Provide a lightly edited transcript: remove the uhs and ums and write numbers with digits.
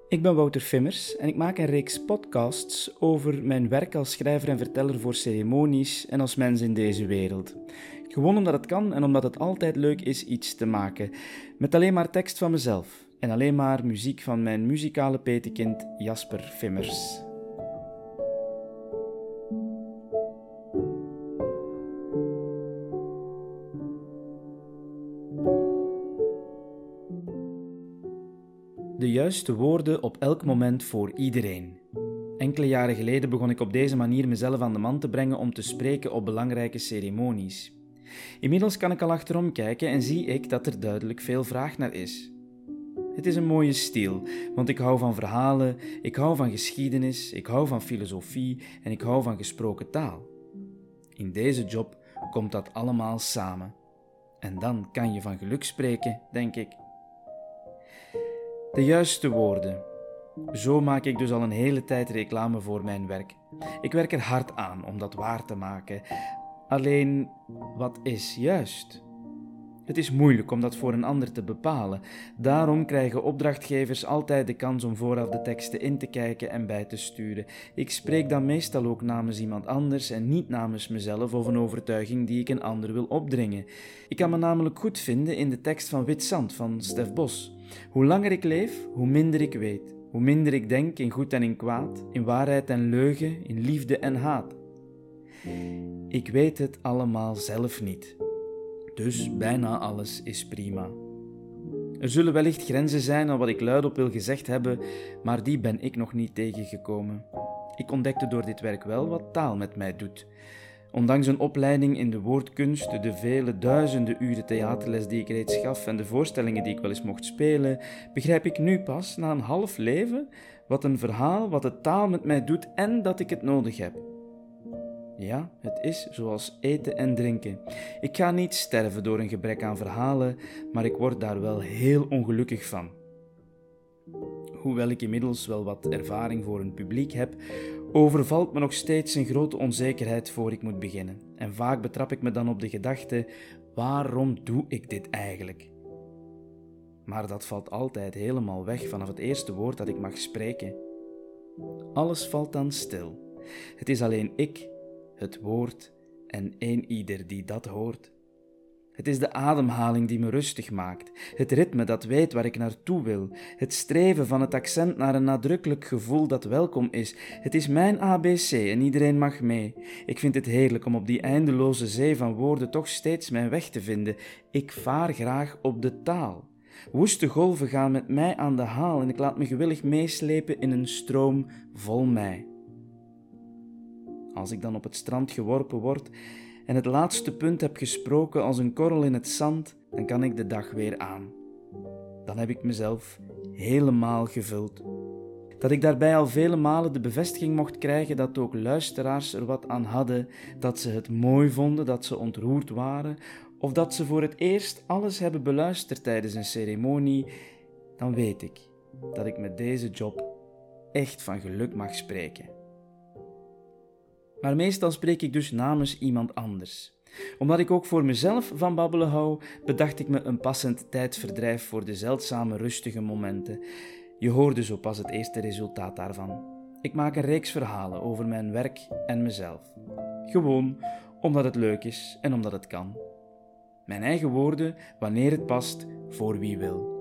Ik ben Wouter Fimmers en ik maak een reeks podcasts over mijn werk als schrijver en verteller voor ceremonies en als mens in deze wereld. Gewoon omdat het kan en omdat het altijd leuk is iets te maken. Met alleen maar tekst van mezelf en alleen maar muziek van mijn muzikale petekind Jasper Fimmers. De juiste woorden op elk moment voor iedereen. Enkele jaren geleden begon ik op deze manier mezelf aan de man te brengen om te spreken op belangrijke ceremonies. Inmiddels kan ik al achterom kijken en zie ik dat er duidelijk veel vraag naar is. Het is een mooie stijl, want ik hou van verhalen, ik hou van geschiedenis, ik hou van filosofie en ik hou van gesproken taal. In deze job komt dat allemaal samen. En dan kan je van geluk spreken, denk ik. De juiste woorden. Zo maak ik dus al een hele tijd reclame voor mijn werk. Ik werk er hard aan om dat waar te maken. Alleen, wat is juist? Het is moeilijk om dat voor een ander te bepalen. Daarom krijgen opdrachtgevers altijd de kans om vooraf de teksten in te kijken en bij te sturen. Ik spreek dan meestal ook namens iemand anders en niet namens mezelf of een overtuiging die ik een ander wil opdringen. Ik kan me namelijk goed vinden in de tekst van Wit Zand van Stef Bos. Hoe langer ik leef, hoe minder ik weet. Hoe minder ik denk in goed en in kwaad, in waarheid en leugen, in liefde en haat. Ik weet het allemaal zelf niet. Dus bijna alles is prima. Er zullen wellicht grenzen zijn aan wat ik luidop wil gezegd hebben, maar die ben ik nog niet tegengekomen. Ik ontdekte door dit werk wel wat taal met mij doet. Ondanks een opleiding in de woordkunst, de vele duizenden uren theaterles die ik reeds gaf en de voorstellingen die ik wel eens mocht spelen, begrijp ik nu pas, na een half leven, wat een verhaal, wat de taal met mij doet en dat ik het nodig heb. Ja, het is zoals eten en drinken. Ik ga niet sterven door een gebrek aan verhalen, maar ik word daar wel heel ongelukkig van. Hoewel ik inmiddels wel wat ervaring voor een publiek heb, overvalt me nog steeds een grote onzekerheid voor ik moet beginnen. En vaak betrap ik me dan op de gedachte, waarom doe ik dit eigenlijk? Maar dat valt altijd helemaal weg vanaf het eerste woord dat ik mag spreken. Alles valt dan stil. Het is alleen ik, het woord en één ieder die dat hoort. Het is de ademhaling die me rustig maakt, het ritme dat weet waar ik naartoe wil, het streven van het accent naar een nadrukkelijk gevoel dat welkom is. Het is mijn ABC en iedereen mag mee. Ik vind het heerlijk om op die eindeloze zee van woorden toch steeds mijn weg te vinden. Ik vaar graag op de taal. Woeste golven gaan met mij aan de haal en ik laat me gewillig meeslepen in een stroom vol mij. Als ik dan op het strand geworpen word en het laatste punt heb gesproken als een korrel in het zand, dan kan ik de dag weer aan. Dan heb ik mezelf helemaal gevuld. Dat ik daarbij al vele malen de bevestiging mocht krijgen dat ook luisteraars er wat aan hadden, dat ze het mooi vonden, dat ze ontroerd waren, of dat ze voor het eerst alles hebben beluisterd tijdens een ceremonie, dan weet ik dat ik met deze job echt van geluk mag spreken. Maar meestal spreek ik dus namens iemand anders. Omdat ik ook voor mezelf van babbelen hou, bedacht ik me een passend tijdverdrijf voor de zeldzame rustige momenten. Je hoorde zo pas het eerste resultaat daarvan. Ik maak een reeks verhalen over mijn werk en mezelf. Gewoon omdat het leuk is en omdat het kan. Mijn eigen woorden, wanneer het past, voor wie wil.